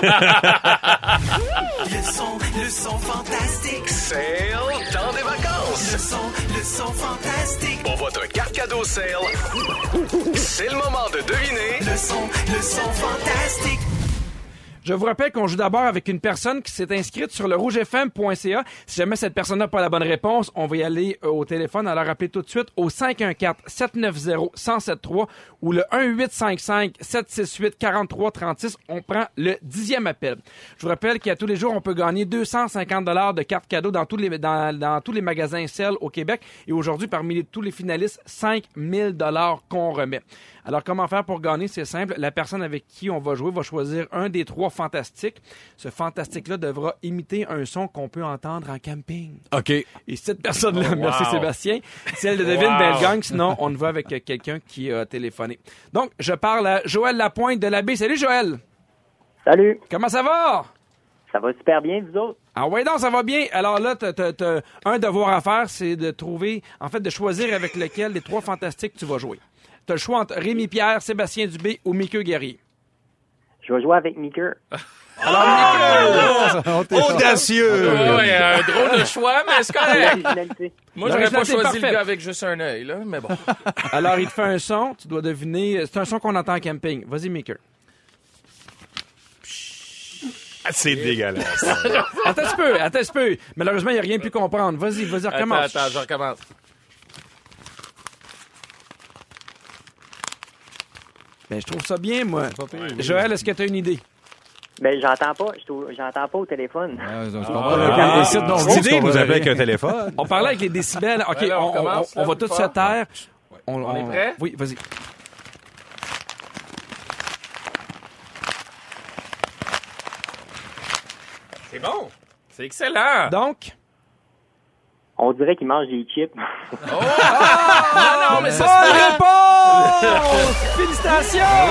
Le son, le son fantastique. Sale dans des vacances. Le son, le son fantastique. Pour votre carte cadeau sale, c'est le moment de deviner Le son, le son fantastique. Je vous rappelle qu'on joue d'abord avec une personne qui s'est inscrite sur le rouge f m point c a. Si jamais cette personne n'a pas la bonne réponse, on va y aller euh, au téléphone. Alors appelez tout de suite au cinq un quatre, sept neuf zéro, un zéro sept trois ou le un huit cinq cinq, sept six huit, quatre trois trois six. On prend le dixième appel. Je vous rappelle qu'à tous les jours, on peut gagner deux cent cinquante dollars de cartes cadeaux dans tous les, dans, dans tous les magasins Cell au Québec. Et aujourd'hui, parmi les- tous les finalistes, cinq mille dollars qu'on remet. Alors, comment faire pour gagner? C'est simple. La personne avec qui on va jouer va choisir un des trois fantastiques. Ce fantastique-là devra imiter un son qu'on peut entendre en camping. OK. Et cette personne-là, Oh, wow. merci Sébastien, si elle devine, Wow. ben elle gagne. Sinon, on y va avec euh, quelqu'un qui a téléphoné. Donc, je parle à Joël Lapointe de la baie. Salut Joël! Salut, Comment ça va? Ça va super bien, vous autres? Ah ouais, non, ça va bien. Alors là, t'as, t'as, t'as un devoir à faire, c'est de trouver, en fait, de choisir avec lequel des trois fantastiques tu vas jouer. T'as le choix entre Rémi Pierre, Sébastien Dubé ou Mickey Guerrier. Je vais jouer avec Mickey. Alors, Mickey! Audacieux! Ouais, ouais, un drôle de choix, mais c'est correct. L'originalité. Moi, j'aurais pas L'originalité est choisi le parfaite. gars avec juste un œil, là, mais bon. Alors, il te fait un son, tu dois deviner. C'est un son qu'on entend en camping. Vas-y, Mickey. Ah, c'est dégueulasse. Attends un peu, attends un peu. Malheureusement, il n'y a rien pu comprendre. Vas-y, vas-y, Attends, recommence. attends, je recommence. Ben, je trouve ça bien, moi. Joël, est-ce que tu as une idée? Ben, j'entends pas. Je trouve- J'entends pas au téléphone. Ah, je Ah, comprends. ah, Les sites dont je Cette vois, idée je nous comprends appelle rien. avec un téléphone. On parlait avec les décibels. OK, Ouais, là, on on, on- commence, on là, va tous fort. se taire. On, On est prêt? Oui, vas-y. C'est bon. C'est excellent. Donc, On dirait qu'il mange des chips. Non, non, mais ça bonne se réponse! Félicitations!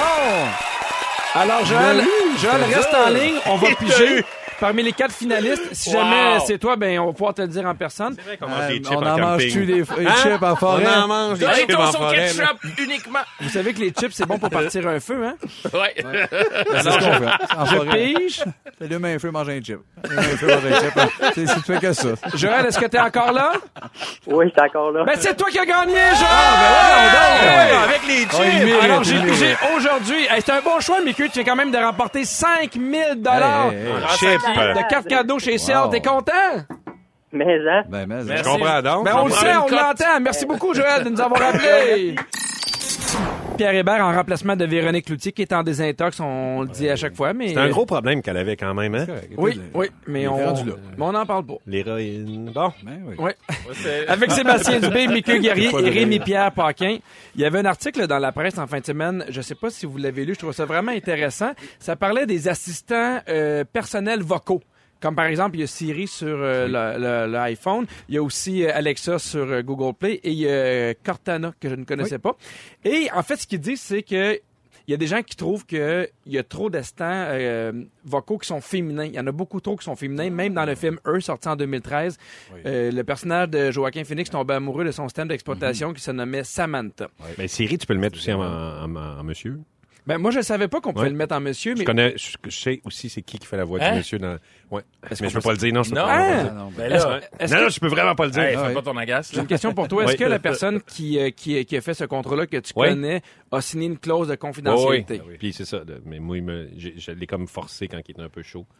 Alors, Joël, Joël reste en ligne. On va piger parmi les quatre finalistes. Si Wow. jamais c'est toi, ben on va pouvoir te le dire en personne. C'est vrai qu'on mange Euh, des chips on en en camping. mange-tu des f- des Hein? chips en forêt? On en mange des chips en Doritos au forêt. là. ketchup uniquement. Vous savez que les chips, c'est bon pour partir un feu, hein? Ouais. C'est ce qu'on fait. En Je forêt. pige. Salut, main feu, mange un chip. Main feu, mange un chip. C'est si tu fais que ça. Joël, est-ce que t'es encore là? Oui, je suis encore là. Ben, c'est toi qui as gagné, Joël! Ah, avec les chips! Oh, il mérite, Alors, il j'ai mérite. pigé aujourd'hui. Hey, c'est un bon choix, Mickey. Tu viens quand même de remporter cinq mille dollars Hey, hey, hey. Chips. de cartes cadeaux chez Cell. Wow. T'es content? Mais, hein? Ben, mais, Je Merci. comprends donc. Ben, on le prend sait, une on cote. l'entend. Merci beaucoup, Joël, de nous avoir rappelé. Pierre Hébert en remplacement de Véronique Cloutier, qui est en désintox, on le dit à chaque fois, mais... C'est un gros problème qu'elle avait quand même, hein? Oui, oui, mais Il est on rendu là. mais on n'en parle pas. L'héroïne. Bon. Ben oui. Ouais. Ouais, c'est- Avec Sébastien Dubé, Mickey Guerrier Pas et de Rémi-Pierre Paquin. Il y avait un article dans la presse en fin de semaine, je sais pas si vous l'avez lu, je trouve ça vraiment intéressant. Ça parlait des assistants euh, personnels vocaux. Comme par exemple, il y a Siri sur euh, le, le- le iPhone, il y a aussi euh, Alexa sur euh, Google Play et il y a euh, Cortana que je ne connaissais pas. Et en fait, ce qu'il dit, c'est que il y a des gens qui trouvent qu'il y a trop d'assistants euh, vocaux qui sont féminins. Il y en a beaucoup trop qui sont féminins. Même dans le film Eux, sorti en deux mille treize, euh, le personnage de Joaquin Phoenix tombait amoureux de son système d'exploitation qui se nommait Samantha. Ben, Siri, tu peux le mettre aussi en, en- en- en monsieur. Ben, moi, je savais pas qu'on pouvait Ouais. le mettre en monsieur, mais... Je connais, je, je sais aussi c'est qui qui fait la voix Hein? du monsieur dans. Ouais. Est-ce Mais qu'on je peux peut- pas le dire, non, je peux Non. pas le Ah! dire. non, Ben Est-ce- là, est-ce Non, que- non, je peux vraiment pas le dire. hey, Ah fais ouais. pas ton agace, J'ai là. une question pour toi. Est-ce Oui. que la personne qui, euh, qui, qui a fait ce contrat-là que tu Oui. connais a signé une clause de Oui, confidentialité? oui. Puis c'est ça. de- mais moi, il me, j'ai- je l'ai comme forcé quand il était un peu chaud.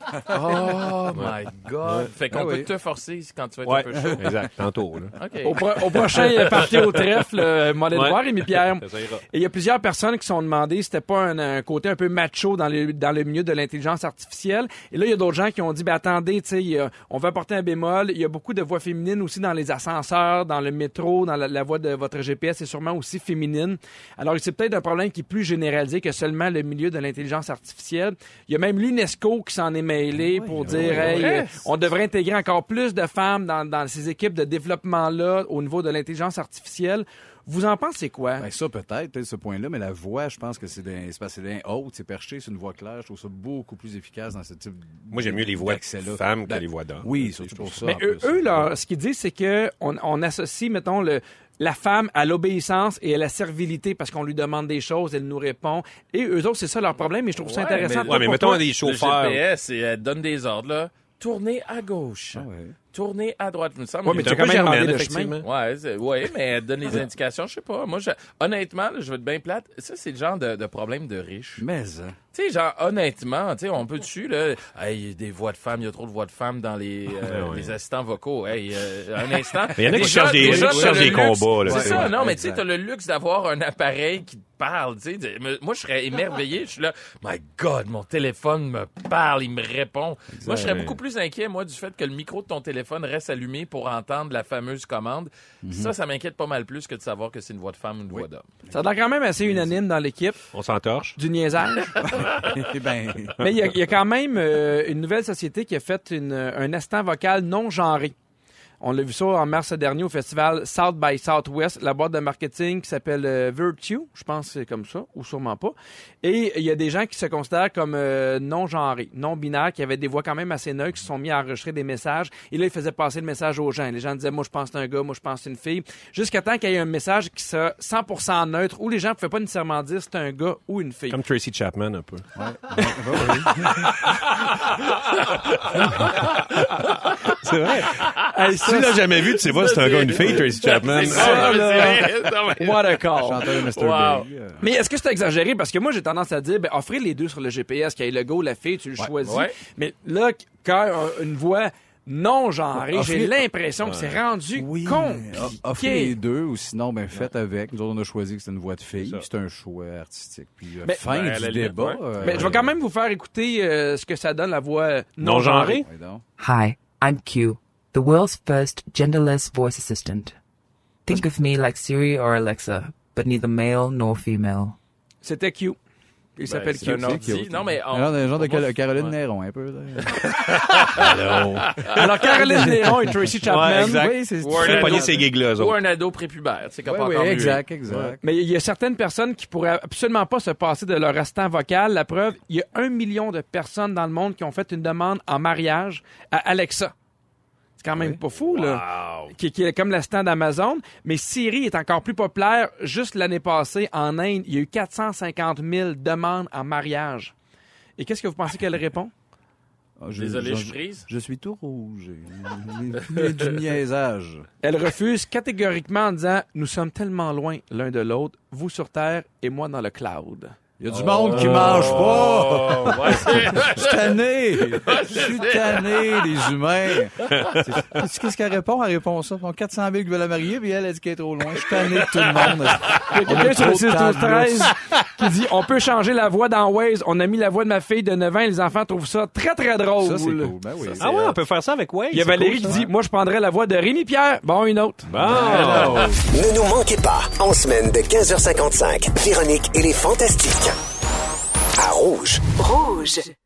Oh my God. Fait qu'on Ah peut oui. te forcer quand tu vas être Ouais, un peu chaud. exact. Tantôt, là. OK. Au, pro- au prochain euh, parti au trèfle, euh, m'en aller le Ouais. voir, Rémi-Pierre. Ça ira. Et il y a plusieurs personnes qui se sont demandé si c'était pas un, un côté un peu macho dans le, dans le milieu de l'intelligence artificielle. Et là, il y a d'autres gens qui ont dit, ben attendez, tu sais, il y a- on va apporter un bémol. Il y a beaucoup de voix féminines aussi dans les ascenseurs, dans le métro, dans la, la voix de votre G P S est sûrement aussi féminine. Alors, c'est peut-être un problème qui est plus généralisé que seulement le milieu de l'intelligence artificielle. Il y a même l'UNESCO qui s'en est mêlé pour dire, hey, ouais. euh, on devrait intégrer encore plus de femmes dans, dans ces équipes de développement-là au niveau de l'intelligence artificielle. Vous en pensez quoi? Ben ça, peut-être, peut-être ce point-là, mais la voix, je pense que c'est d'un, c'est parce que c'est d'un haut, c'est perché, c'est une voix claire. Je trouve ça beaucoup plus efficace dans ce type Moi, j'aime mieux les voix de d'accès-là. femmes que Ben, les voix d'hommes. Oui, surtout pour ça. Mais en eux, plus. eux, là, ce qu'ils disent, c'est que on, on associe, mettons, le, la femme à l'obéissance et à la servilité parce qu'on lui demande des choses, elle nous répond. Et eux autres, c'est ça leur problème, et je trouve ça Ouais, intéressant. mais- Toi, Ouais, mais pour mettons toi, à des Le chauffeurs. G P S, et elle donne des ordres, là. Tournez à gauche. Ah ouais. Tournez à droite. Il me semble Ouais, que- mais C'est tu un as peu quand même germaine, demandé le effectivement. Ouais, c'est- ouais, mais elle donne les indications, je sais pas. Moi, je- honnêtement, là, je vais être bien plate. Ça, c'est le genre de, de problème de riche. Mais, hein. Tu sais, genre, honnêtement, tu sais, on peut dessus, là, hey, il y a des voix de femmes, il y a trop de voix de femmes dans les, euh, Ouais. les assistants vocaux. Hey, euh, un instant. Mais il y en a qui Déjà- cherchent des- déjà, qui t'as cherchent le des luxe- combats, là. C'est Ouais, ça, ouais, non, mais tu sais, exact. t'as le luxe d'avoir un appareil qui te parle, tu sais. De- me- Moi, je serais émerveillé. Je suis là, my God, mon téléphone me parle, il me répond. Moi, je serais beaucoup plus inquiet, moi, du fait que le micro de ton téléphone reste allumé pour entendre la fameuse commande. Ça, ça m'inquiète pas mal plus que de savoir que c'est une voix de femme ou une voix d'homme. ça a l'air quand même assez unanime dans l'équipe On s'entorche. du niaisage. Eh ben, Mais il y, a- il y a quand même euh, une nouvelle société qui a fait une, un assistant vocal non genré. On l'a vu ça en mars dernier au festival South by Southwest, la boîte de marketing qui s'appelle euh, Virtue, je pense que c'est comme ça, ou sûrement pas. Et il y a des gens qui se considèrent comme euh, non-genrés, non-binaires, qui avaient des voix quand même assez neutres, qui se sont mis à enregistrer des messages. Et là, ils faisaient passer le message aux gens. Les gens disaient, moi, je pense que c'est un gars, moi, je pense que c'est une fille. Jusqu'à temps qu'il y ait un message qui soit cent pour cent neutre, où les gens ne pouvaient pas nécessairement dire si c'est un gars ou une fille. Comme Tracy Chapman, un peu. Ouais. C'est vrai. Hey, Si tu l'as jamais vu, tu sais pas si c'est un gars ou une fille, Tracy Chapman. C'est ça, là. What a call. Chanteur de mister Wow. Big. euh, Mais est-ce que c'est exagéré? Parce que moi, j'ai tendance à dire, ben, offrez les deux sur le G P S, qu'il y ait le gars ou la fille, tu le choisis. Ouais. Mais là, quand euh, une voix non genrée, Offrez- j'ai l'impression que c'est rendu Oui, compliqué. offrez les deux, ou sinon, ben, faites avec. Nous autres, on a choisi que c'était une voix de fille, C'est puis c'est un choix artistique. Puis, euh, Ben, fin ben, à la du limite, débat. ouais. euh, Mais je vais quand même vous faire écouter euh, ce que ça donne, la voix non, Non genrée. genrée. ouais, donc. Hi, I'm Q, the world's first genderless voice assistant. Think of me like Siri or Alexa, but neither male nor female. C'était Q. Il Ben, s'appelle c'est Q. un ordi. Non, mais on- Alors, un genre de pour moi, Cal- Caroline ouais. Néron, un peu. là. Alors, Caroline Néron et Tracy Chapman. Ouais, exact. Oui, c'est Ou un Très ado- pogné ces gigs-là, eux Ou autres. un ado prépubère, tu sais, qui a Oui, pas oui, encore mué. exact, exact. Mais il y a certaines personnes qui pourraient absolument pas se passer de leur restant vocal. La preuve, il y a un million de personnes dans le monde qui ont fait une demande en mariage à Alexa. C'est quand même pas fou, là. Qui, qui est comme l'assistant d'Amazon. Mais Siri est encore plus populaire. Juste l'année passée, en Inde, il y a eu quatre cent cinquante mille demandes en mariage. Et qu'est-ce que vous pensez qu'elle répond? Ah, je- Désolé, je, je frise. Je suis tout rouge. Il y a du niaisage. Elle refuse catégoriquement en disant « Nous sommes tellement loin l'un de l'autre, vous sur Terre et moi dans le cloud. » Il y a du monde qui mange pas. Oh, ouais, c'est- Je suis tanné. Je suis tanné des humains. C'est- Qu'est-ce qu'elle répond? Elle répond ça. Ils ont quatre cent mille qui veulent la marier, puis elle, elle dit qu'elle est trop loin. Je suis tanné de tout le monde. Il y a quelqu'un sur le six douze treize qui dit « On peut changer la voix dans Waze. On a mis la voix de ma fille de neuf ans et les enfants trouvent ça très, très drôle. » Ça, c'est cool. Ben oui. Ah ouais, on peut faire ça avec Waze. Il y a c'est Valérie cool, qui ça. dit « Moi, je prendrais la voix de Rémi Pierre. » Bon, une autre. Bon. Ne nous manquez pas, en semaine de quinze heures cinquante-cinq, Véronique et les Fantastiques. À Rouge. Rouge.